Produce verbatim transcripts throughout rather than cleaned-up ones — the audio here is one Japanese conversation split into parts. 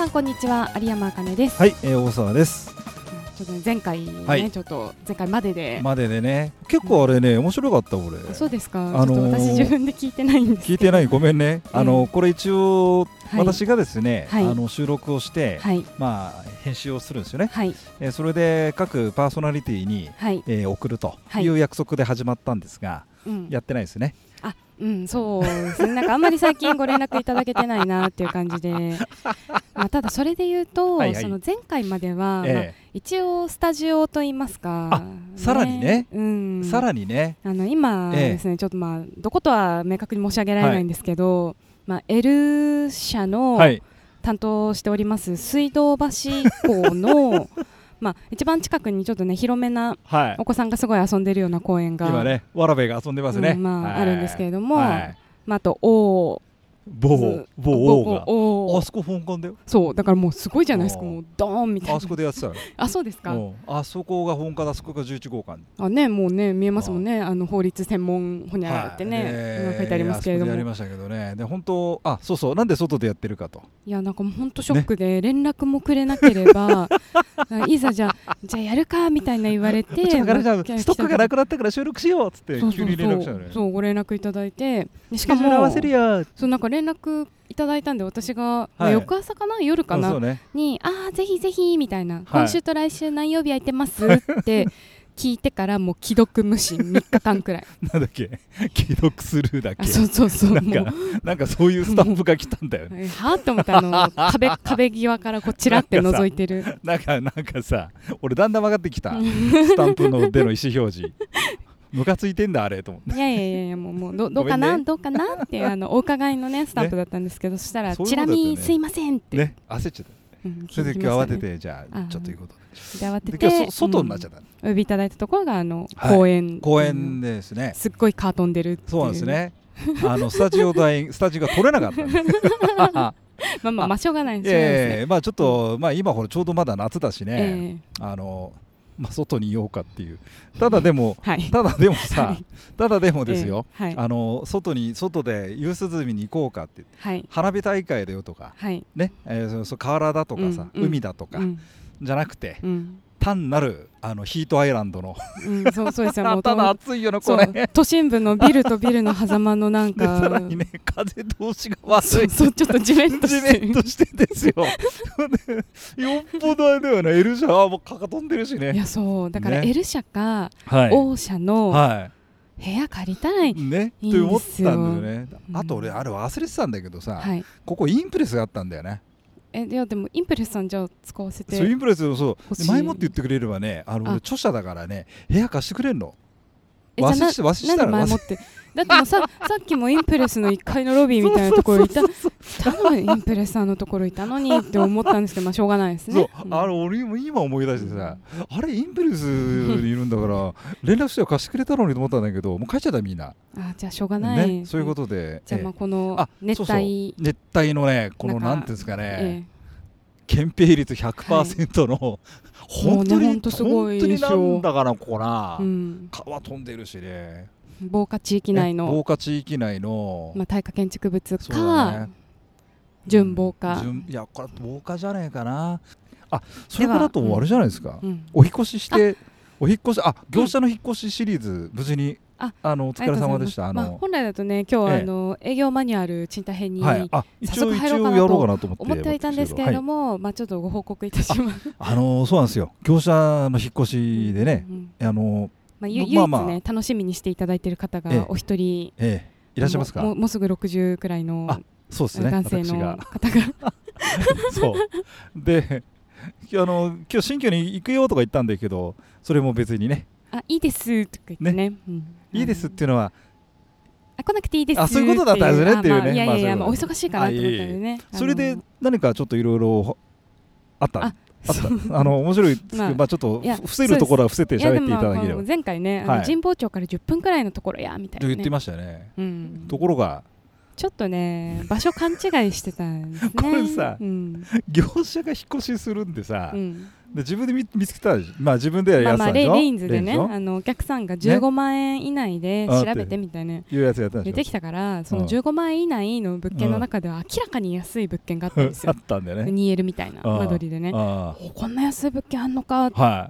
さんこんにちは、有山あかねです。 はい、えー、大沢です。 ちょっと、ね、前回ね、はい、ちょっと前回まででまででね、結構あれね、うん、面白かった俺。 そうですか。あのー、ちょっと私自分で聞いてないんですけど。 聞いてない、ごめんね。あのー、これ一応、はい、私がですね、 はい、 あの収録をして、はい、まあ編集をするんですよね。はい、えー、それで各パーソナリティに、はい、えー、送るという約束で始まったんですが、はい、やってないですね。 あ、うん、そうですね。なんかあんまり最近ご連絡いただけてないなっていう感じで、まあ、ただそれで言うと、はいはい、その前回までは、えーまあ、一応スタジオといいますか、 ね、さらにね、うん、さらにね、 あの今ですね、えー、ちょっとまあどことは明確に申し上げられないんですけど、はい、まあ、L 社の担当しております水道橋港のまあ一番近くにちょっとね広めなお子さんがすごい遊んでるような公園が、 今ねわらべが遊んでますね、 うん、まあ、あるんですけれども、はい、まあ、あと王某王があそこ本館だよ。 そうだからもうすごいじゃないですか、もうドーンみたいな。 あそこでやってたらあ、そうですか。 あそこが本館だ、あそこがじゅういちごうかん。 あ、ね、もうね見えますもんね。あの法律専門ほにゃらってね、はい、えー、書いてありますけれども、 あそこでやりましたけどね。で本当、あ、そうそう、なんで外でやってるかと。 いや、なんかもう本当ショックで、ね、連絡もくれなければいざじゃあじゃあやるかみたいな言われてストックがなくなったから収録しようっつって急に連絡したよね。 そうご連絡いただいて、でしかも合わせるよ、 そうなんか連絡いただいたんで、私が、はい、まあ、翌朝かな夜かな、ね、にあーぜひぜひみたいな、はい、今週と来週何曜日空いてますって聞いてからもう既読無視みっかかんくらいなんだっけ、既読スルーだっけ。 そうそうそう、 なんかなんかそういうスタンプが来たんだよね。 はぁと思った、あの壁壁際からこちらって覗いてるなんかなんかさ、俺だんだん分かってきたスタンプのでの意思表示ムカついてんだあれと思って。 いやいやいや、もう、もう ど, どうかな、ね、どうかなってあのお伺いのねスタンプだったんですけど、ね、そしたらチラ見すいませんってね、 焦っちゃった、うん、それで今日慌てて、じゃあちょっということで、 で慌てて今日外になっちゃった、うん、 お呼びいただいたところがあの、はい、公園公園ですね。 すっごいカー飛んでるっていう。 そうなんですねあのスタジオ代スタジオが取れなかったんでまあまあまあしょうがないですね。 えー、まあちょっと、うん、まあ今ほらちょうどまだ夏だしね、えー、あのまあ、外にいようかっていう。ただでも、はい、ただでもさ、はい、ただでもですよ、えーはい、あの外に外で夕涼みに行こうかって、はい、花火大会だよとか、はいね、えー、そうそう河原だとかさ、うん、海だとか、うん、じゃなくて、うん、単なるあのヒートアイランドの、うん、そうそうですよもうただ暑いよなこれ。 都心部のビルとビルの狭間のなんかさらにね風通しが悪い。 そうそう、ちょっとジメッとしてジメッとしてですよよっぽどあれだよね、 L 社はもうかか飛んでるしね。 いやそうだから L 社か、はい、O 社の部屋借りたらいいんですよ、ね、 って思ったんだよね、うん、あと俺あれ忘れてたんだけどさ、はい、ここインプレスがあったんだよね。 えいやでもインプレスさんじゃあ使わせて。 そうインプレスそう前もって言ってくれればね、あの俺著者だからね部屋貸してくれるの。 忘れして忘れしたら前もってだってもう さ, さっきもインプレスのいっかいのロビーみたいなところいたのにインプレスさんのところいたのにって思ったんですけど、まあしょうがないですね。 そう、うん、あの俺も今思い出してさ、うん、あれインプレスにいるんだから連絡しては貸してくれたのにと思ったんだけど、もう帰っちゃったみんな。 あじゃあしょうがない、ね、 そういうことで、うん、 じゃあまあこの熱帯、そうそう熱帯のねこのなんていうんですかね、ええ憲兵率 ひゃくパーセント の、はい、本当に、ね、本当すごい本当になんだかなここな、うん、川飛んでるしね。 防火地域内の防火地域内の、 まあ、耐火建築物か、ね、準防火、 うん、いやこれ防火じゃないかなあ。それからとあれじゃないですか、うん、お引越ししてお引越しあ業者の引っ越しシリーズ無事に、ああのお疲れ様でした。あの、まあ、 本来だとね今日は、ええ、あの営業マニュアル賃貸編に、はい、早速入ろうかなと思ってはいたんですけれども、はい、まあ、ちょっとご報告いたします。 あ、あのー、そうなんですよ、業者の引っ越しでね、うんうん、あのーまあ、唯一ね、まあまあ、楽しみにしていただいている方がお一人、 ええええ、いらっしゃいますか。 もう、もうすぐろくじゅうくらいのそうですね、 男性の方がそうであの今日新居に行くよとか言ったんだけど、それも別にね、 あいいですとか言って ね, ね、うん、 いいですっていうのはあ来なくていいですあそういうことだったんですねっていうね、まあ、 いやいやいや、まあ、お忙しいかなと思ったんでね、 それで何かちょっといろいろあったあったあの面白いですけど、まあまあ、ちょっと伏せるところは伏せて喋っていただければ。 前回ね、はい、神保町からじゅっぷんくらいのところやみたいな、ね、 言ってましたよね、うん、ところがちょっとね場所勘違いしてたんですねこれさ、うん、業者が引っ越しするんでさ、うん、 で自分で 見, 見つけたら、まあ自分でやるやつなんでしょ。 まあまあレインズでね、あのお客さんがじゅうごまん円以内で調べてみたいな、ね、 いうやつやったんでしょ。 出てきたから、そのじゅうごまん円以内の物件の中では明らかに安い物件があったんですよ。 あったんだよね。 にエル みたいな間取りでね、こんな安い物件あんのか、 はい、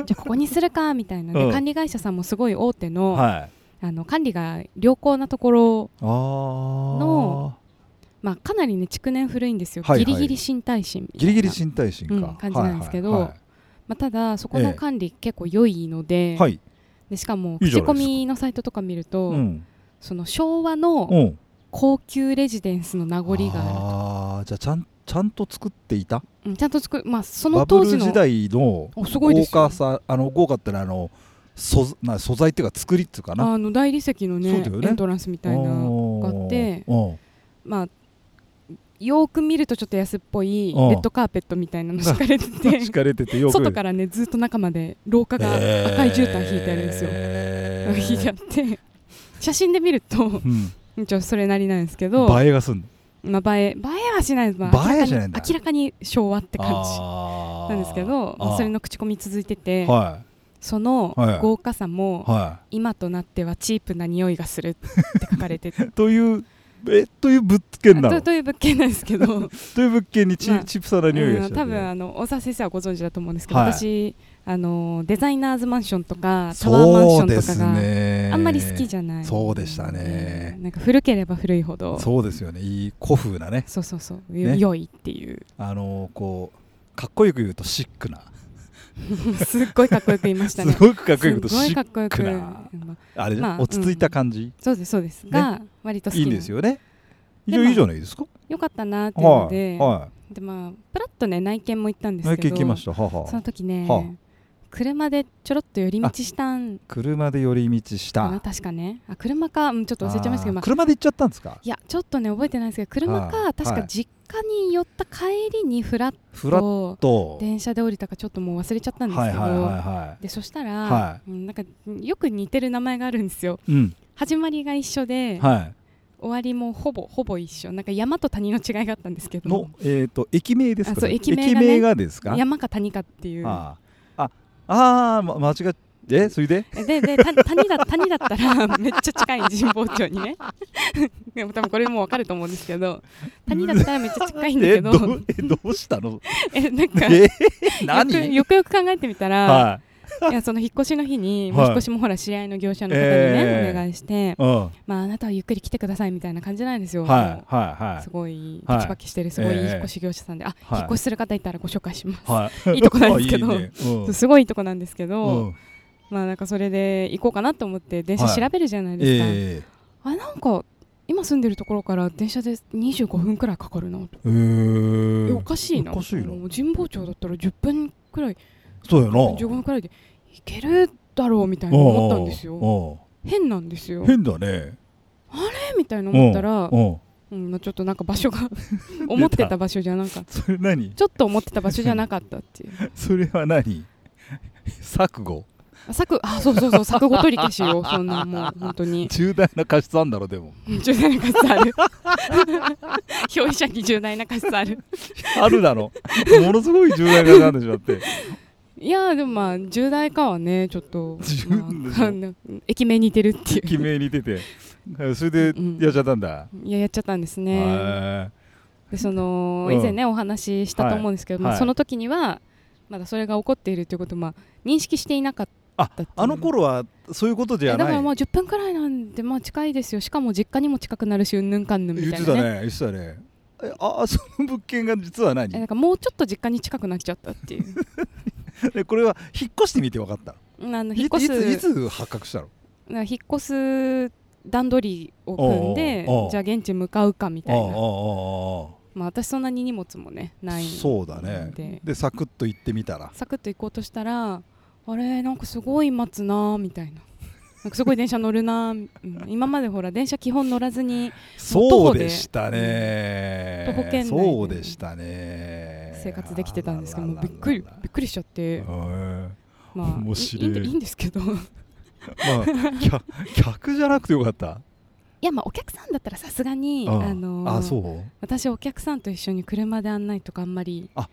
じゃあここにするかみたいな、ね、うん、管理会社さんもすごい大手の、はい、あの管理が良好なところの、まあ、かなりね築年古いんですよ、はいはい、ギリギリ新耐震みたいなギリギリ新耐震か、うん、 感じなんですけど、はいはいはい、まあ、ただそこの管理結構良いので、ええ、でしかも口コミのサイトとか見ると、うん、その昭和の高級レジデンスの名残があると、 あ、じゃあちゃんちゃんと作っていた、 うん、ちゃんと作る、まあ、その当時のバブル時代の豪華さ、あの豪華ってのはあの素, な素材っていうか作りっていうかな、 あの大理石の ね, ねエントランスみたいなのがあって、まあよく見るとちょっと安っぽいレッドカーペットみたいなの敷かれてて敷かれててよく外からねずっと中まで廊下が赤い絨毯引いてあるんですよ、えー、引いてあって写真で見ると、うん、ちょそれなりなんですけど映えがすんの、 まあ、映え映えはしないです、まあ、映えじゃないんだ、明らかに昭和って感じなんですけど、まあ、それの口コミ続いてて、はい、その豪華さも、はい、今となってはチープな匂いがするって書かれててというえという物件なのという物件なんですけどという物件にチ、まあ、チップさな匂いがして、 うん、多分あの大沢先生はご存知だと思うんですけど、はい、私あのデザイナーズマンションとかタワーマンションとかがあんまり好きじゃない。 そうでしたね、 なんか古ければ古いほどそうですよね、いい古風なね、 そうそうそう、ね、良いっていう、 あのこうかっこよく言うとシックなすっごいかっこよく言いましたねすごくかっこよく言うとシックなあれ、 まあ、 落ち着いた感じ、 うん、そうですそうです、ね、が割と好きいいんですよね。いいじゃないですか。 よかったなっていうので、はいはい、でまあプラッとね内見も行ったんですけど、 内見行きました。ははその時ね、は車でちょろっと寄り道したん、 車で寄り道した確かね、あ車か、うん、ちょっと忘れちゃいましたけど、まあ、 車で行っちゃったんですか。 いやちょっとね覚えてないですけど車か、確か実家に寄った帰りにフラッと電車で降りたかちょっともう忘れちゃったんですけど、はいはいはいはい、でそしたら、はい、なんかよく似てる名前があるんですよ、うん、始まりが一緒で、はい、終わりもほぼほぼ一緒、なんか山と谷の違いがあったんですけどの、えー、と駅名ですか、 あそう駅名が、ね、 駅名がですか、 山か谷かっていう、あああ、ま、間違ってそれでででた谷だ谷だったらめっちゃ近い神保町にねでも多分これもう分かると思うんですけど、谷だったらめっちゃ近いんだけどえ ど, えどうしたのえなんか、 え何よくよくよく考えてみたら、はいいやその引っ越しの日に、はい、引っ越しもほら知り合いの業者の方にね、えー、お願いして、うん、まあ、あなたはゆっくり来てくださいみたいな感じなんですよ、はいはいはい、すごいパキパキしてるすごいいい引っ越し業者さんで、はい、あ、引っ越しする方いたらご紹介します、はい、いいとこなんですけどいい、ね、うん、すごいいいとこなんですけど、うん、まあなんかそれで行こうかなと思って電車調べるじゃないですか、はい、えー、あなんか今住んでるところから電車でにじゅうごふんくらいかかるなと、えー、おかしいな、おかしいな、神保町だったらじゅっぷんくらい、 そうやな、 じゅうごふんくらいでいけるだろうみたいな思ったんですよ。変なんですよ。 変だね。 あれみたいな思ったら、うんまあ、ちょっとなんか場所が思ってた場所じゃなかった。 それ何？ ちょっと思ってた場所じゃなかったっていう。 それは何？錯誤？ 錯あそうそうそう錯誤取り消しよそんなもう本当に。 重大な過失あんだろでも。 重大な過失ある。表意者に重大な過失ある。 あるだろ。ものすごい重大な過失なんでしょだって。 いやでもまあ重大かはねちょっと、まあ、駅名似てるっていう駅名似ててそれでやっちゃったんだ、 うん、いややっちゃったんですね。でその、うん、以前ねお話ししたと思うんですけど、はいまあ、その時にはまだそれが起こっているということを、まあ、認識していなかったっていう。 あ、あの頃はそういうことじゃない。 だからまあじゅっぷんくらいなんでまあ近いですよ。しかも実家にも近くなるしうんぬんかんぬんみたいなね。 言ってたね言ってたね。あその物件が実は何？ なんかもうちょっと実家に近くなっちゃったっていうでこれは引っ越してみて分かったの？あの引っ越すいつ、いつ発覚したの？ 引っ越す段取りを組んでじゃあ現地向かうかみたいな。まあ、私そんなに荷物もねないんでそうだね。でサクッと行ってみたらサクッと行こうとしたらあれなんかすごい待つなみたいななんかすごい電車乗るな、うん、今までほら電車基本乗らずにそうでしたね、 徒歩圏内でそうでしたね生活できてたんですけどもびっくりびっくりしちゃってまあ面白いいいいいんですけどまあ 客, 客じゃなくてよかった。 いやまあお客さんだったらさすがにあのー、あそう私お客さんと一緒に車で案内とかあんまり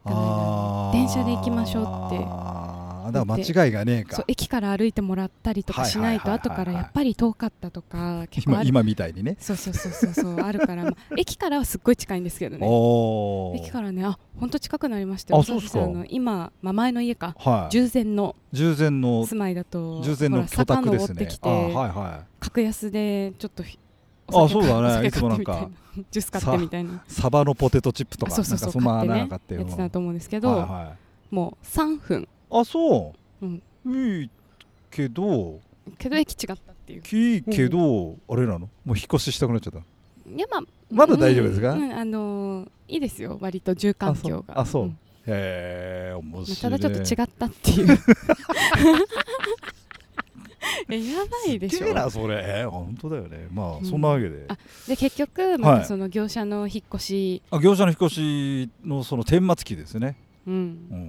くないな、電車で行きましょうって。 だから間違いがねえか。 そう、駅から歩いてもらったりとかしないと後からやっぱり遠かったとか結構ある。 今, 今みたいにね。 そうそうそうそうそうあるから、まあ、駅からはすっごい近いんですけどね。駅からね、あ、本当近くなりましたよ。 あ、そうですか。 今、まあ、前の家か、 はい、 従前の従前の住まいだと従前の居宅ですね。 坂登ってきて、 はいはい、 格安でちょっとあ、そうだね、いつもなんかジュース買ってみたいな、 サバのポテトチップとか、 そうそうそう、 そんななかったよ、 やつだと思うんですけど、はいはい、もうさんぷん。 あ、そう、 うん、 いいけどけど駅違ったっていう。 いいけど、うん、あれなの、もう引っ越ししたくなっちゃった。 いや、まあ、 まだ大丈夫ですか？ うんうん、あのー、いいですよ、割と住環境が。 あ、そう、うん、へえ、面白い。 ただちょっと違ったっていうえ、やばいでしょ。 すげえなそれ。本当だよね。まあ、うん、そんなわけで、 あ、で結局またその業者の引っ越し、 はい、あ、業者の引っ越しのその顛末期ですね。 うんうん、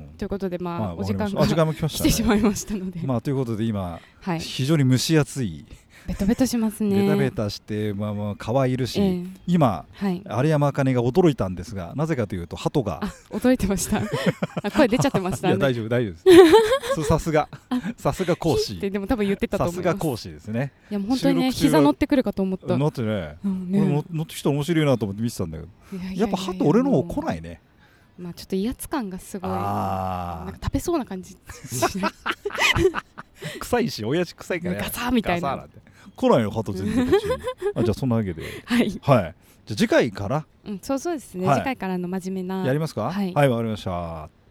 ということで、まあ、 はい、 お時間がお時間も来ました、ね、 来てしまいましたので、 まあ、ということで今、 はい、 非常に蒸し暑い、 ベタベタしますね。 ベタベタして、まあ、まあ可愛いるし、えー、今、 はい、 有山茜が驚いたんですが、なぜかというと鳩が驚いてましたあ、声出ちゃってましたね。 いや、大丈夫大丈夫ですさすがさすが講師でも多分言ってたと思います。 さすが講師ですね。 いや、もう本当にね、膝乗ってくるかと思った。 乗ってね、 うんね、 俺乗ってきたら面白いなと思って見てたんだけど、いやいやいやいや、やっぱ鳩俺の方来ないね。 まあ、ちょっと威圧感がすごい、なんか食べそうな感じ臭いし、親父臭いからガサーみたいな来ないよ、鳩全然あ、じゃあそんなわけで、 はい、 はい、じゃあ次回から、 うん、そうそうですね、はい、次回からの真面目なやりますか。はい、わかりました。